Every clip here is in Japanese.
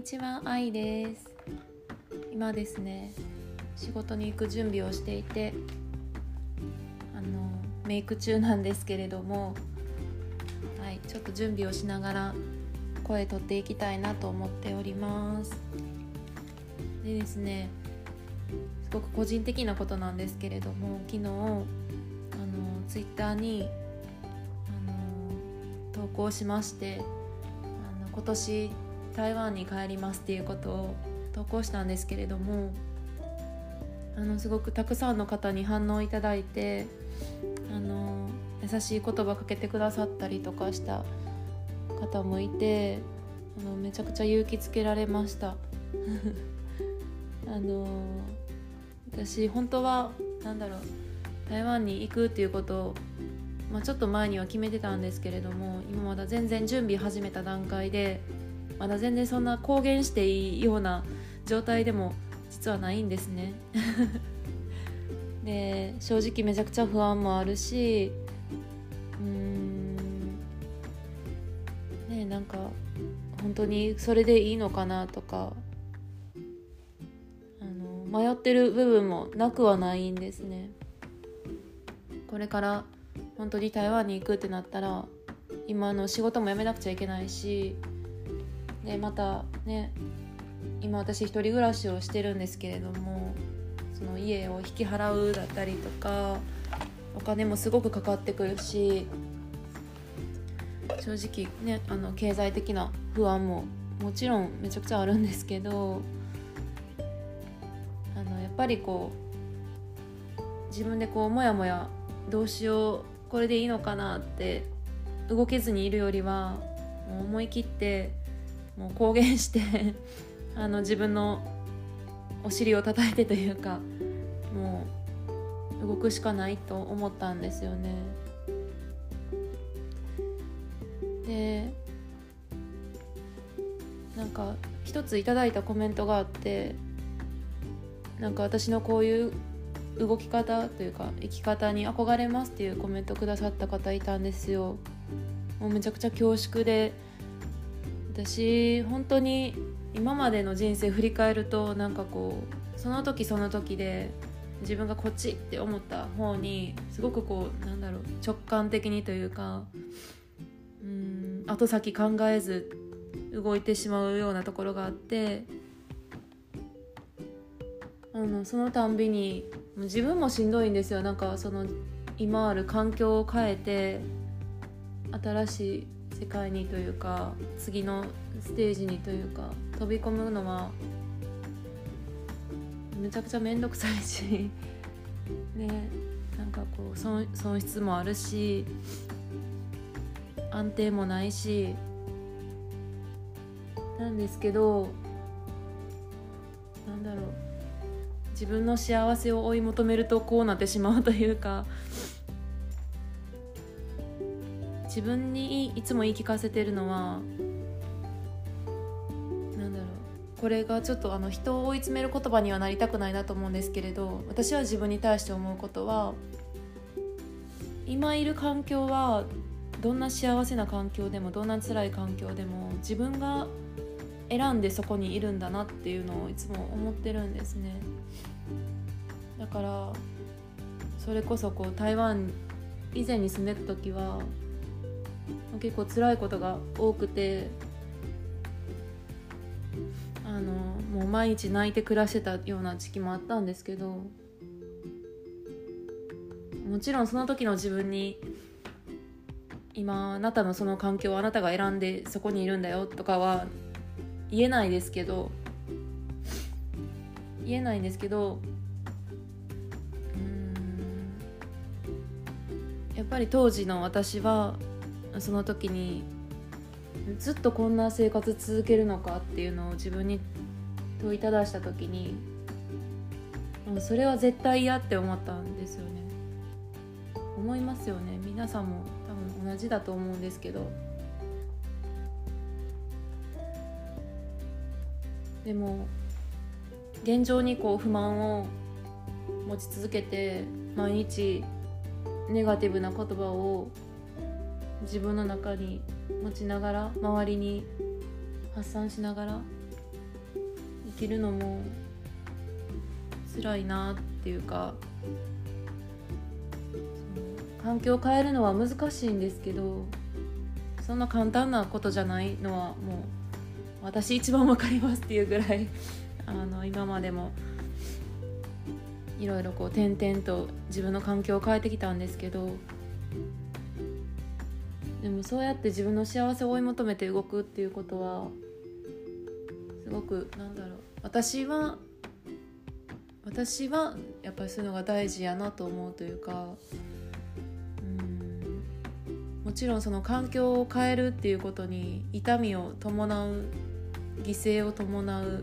ちは、あいです。今ですね、仕事に行く準備をしていて、メイク中なんですけれども、ちょっと準備をしながら声取っていきたいなと思っております。でですね、すごく個人的なことなんですけれども、昨日ツイッターに投稿しまして、今年台湾に帰りますっていうことを投稿したんですけれども、すごくたくさんの方に反応いただいて、優しい言葉かけてくださったりとかした方もいて、めちゃくちゃ勇気づけられました私本当は台湾に行くっていうことを、ちょっと前には決めてたんですけれども、今まだ全然準備始めた段階で、まだ全然そんな公言していいような状態でも実はないんですねで、正直めちゃくちゃ不安もあるし、本当にそれでいいのかなとか、迷ってる部分もなくはないんですね。これから本当に台湾に行くってなったら、今の仕事も辞めなくちゃいけないし、でまたね、今私一人暮らしをしてるんですけれども、その家を引き払うだったりとか、お金もすごくかかってくるし、正直ね、経済的な不安ももちろんめちゃくちゃあるんですけど、やっぱり自分でもやもやどうしよう、これでいいのかなって動けずにいるよりは、もう思い切ってもう公言して自分のお尻を叩いてというか、もう動くしかないと思ったんですよね。で、一ついただいたコメントがあって、私のこういう動き方というか生き方に憧れますっていうコメントくださった方いたんですよ。もうめちゃくちゃ恐縮で、私本当に今までの人生振り返ると、その時その時で自分がこっちって思った方にすごく直感的にというか、後先考えず動いてしまうようなところがあって、そのたんびに自分もしんどいんですよ。その今ある環境を変えて新しい世界にというか、次のステージにというか飛び込むのはめちゃくちゃめんどくさいしね、損失もあるし、安定もないしなんですけど、自分の幸せを追い求めるとこうなってしまうというか、自分にいつも言い聞かせてるのは、これがちょっと人を追い詰める言葉にはなりたくないなと思うんですけれど、私は自分に対して思うことは、今いる環境はどんな幸せな環境でもどんな辛い環境でも自分が選んでそこにいるんだなっていうのをいつも思ってるんですね。だからそれこそ台湾以前に住んでた時は結構辛いことが多くて、もう毎日泣いて暮らしてたような時期もあったんですけど、もちろんその時の自分に、今あなたのその環境をあなたが選んでそこにいるんだよとかは言えないんですけど、やっぱり当時の私はその時にずっとこんな生活続けるのかっていうのを自分に問いただした時に、それは絶対嫌って思ったんですよね。思いますよね。皆さんも多分同じだと思うんですけど、でも現状に不満を持ち続けて、毎日ネガティブな言葉を自分の中に持ちながら、周りに発散しながら生きるのも辛いなっていうか、環境を変えるのは難しいんですけど、そんな簡単なことじゃないのはもう私一番わかりますっていうぐらい今までもいろいろこう転々と自分の環境を変えてきたんですけど、でもそうやって自分の幸せを追い求めて動くっていうことはすごく私はやっぱりそういうのが大事やなと思うというか、もちろんその環境を変えるっていうことに痛みを伴う、犠牲を伴う、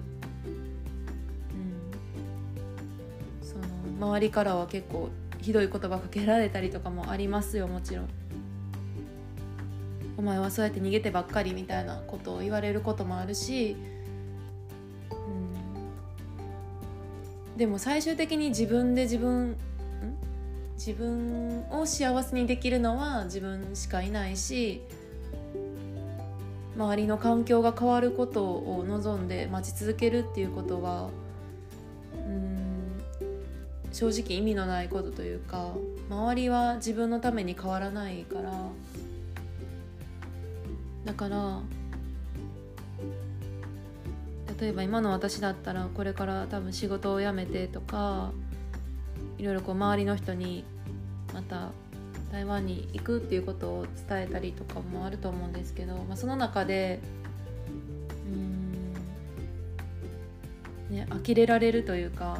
その周りからは結構ひどい言葉かけられたりとかもありますよ。もちろんお前はそうやって逃げてばっかりみたいなことを言われることもあるし、でも最終的に自分を幸せにできるのは自分しかいないし、周りの環境が変わることを望んで待ち続けるっていうことは正直意味のないことというか、周りは自分のために変わらないから、だから例えば今の私だったらこれから多分仕事を辞めてとか、いろいろこう周りの人にまた台湾に行くっていうことを伝えたりとかもあると思うんですけど、その中で呆れられるというか、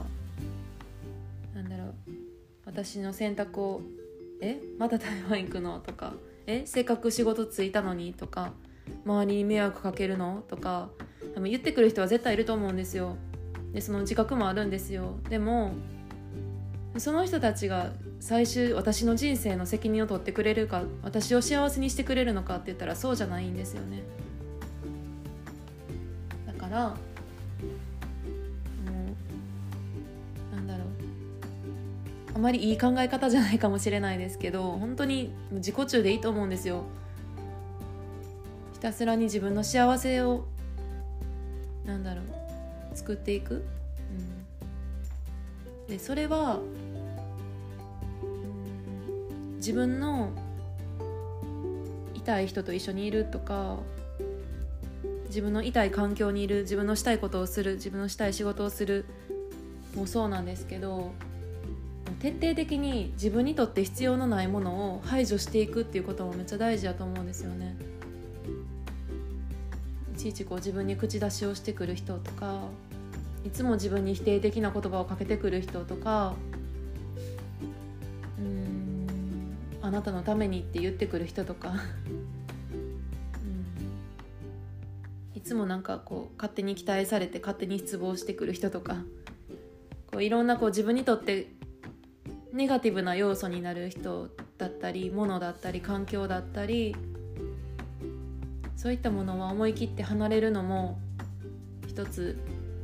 私の選択をまた台湾行くのとか、せっかく仕事ついたのにとか、周りに迷惑かけるのとか多分言ってくる人は絶対いると思うんですよ。でその自覚もあるんですよ。でもその人たちが最終私の人生の責任を取ってくれるか、私を幸せにしてくれるのかって言ったらそうじゃないんですよね。だからあまりいい考え方じゃないかもしれないですけど、本当に自己中でいいと思うんですよ。ひたすらに自分の幸せを作っていく、でそれは自分の痛い人と一緒にいるとか、自分の痛い環境にいる、自分のしたいことをする、自分のしたい仕事をするもそうなんですけど、徹底的に自分にとって必要のないものを排除していくっていうこともめっちゃ大事だと思うんですよね。いちいちこう自分に口出しをしてくる人とか、いつも自分に否定的な言葉をかけてくる人とか、あなたのためにって言ってくる人とかいつもこう勝手に期待されて勝手に失望してくる人とか、こういろんなこう自分にとってネガティブな要素になる人だったり、物だったり環境だったり、そういったものは思い切って離れるのも一つ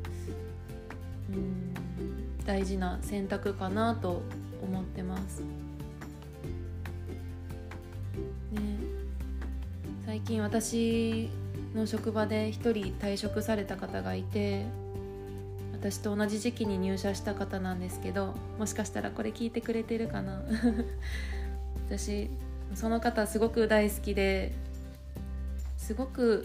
大事な選択かなと思ってます、最近私の職場で一人退職された方がいて、私と同じ時期に入社した方なんですけど、もしかしたらこれ聞いてくれてるかな私その方すごく大好きで、すごく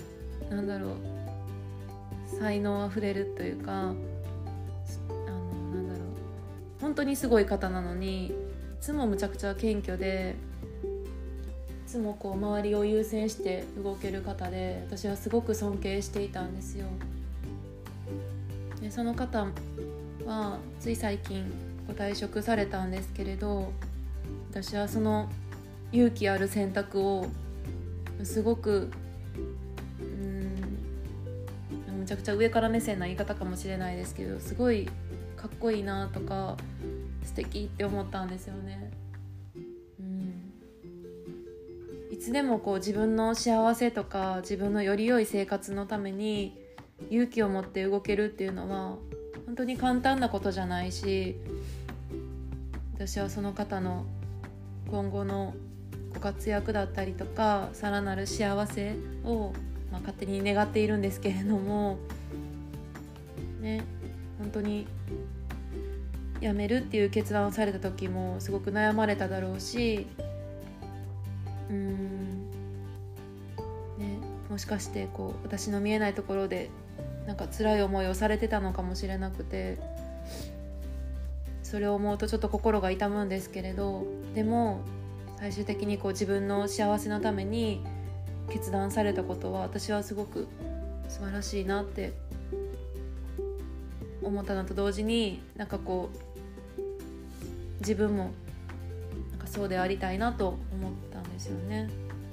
才能あふれるというか、本当にすごい方なのに、いつもむちゃくちゃ謙虚で、いつもこう周りを優先して動ける方で、私はすごく尊敬していたんですよ。でその方はつい最近ご退職されたんですけれど、私はその勇気ある選択をすごくむちゃくちゃ上から目線な言い方かもしれないですけど、すごいかっこいいなとか素敵って思ったんですよね。いつでもこう自分の幸せとか自分のより良い生活のために勇気を持って動けるっていうのは本当に簡単なことじゃないし、私はその方の今後のご活躍だったりとか、さらなる幸せを、勝手に願っているんですけれども、 ね、本当に辞めるっていう決断をされた時もすごく悩まれただろうし、もしかして私の見えないところでなんか辛い思いをされてたのかもしれなくて、それを思うとちょっと心が痛むんですけれど、でも最終的に自分の幸せのために決断されたことは私はすごく素晴らしいなって思ったのと同時に、なんか自分もなんかそうでありたいなと思ったんですよね。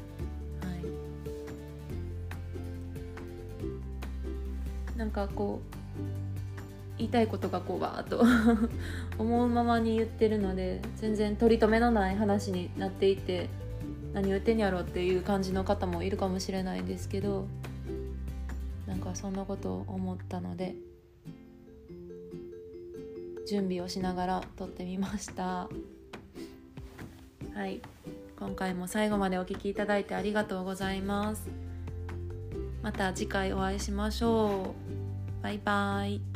なんか言いたいことがわーっと思うままに言ってるので、全然取り留めのない話になっていて、何言ってんやろっていう感じの方もいるかもしれないんですけど、なんかそんなことを思ったので準備をしながら撮ってみました。はい、今回も最後までお聞きいただいてありがとうございます。また次回お会いしましょう。バイバイ。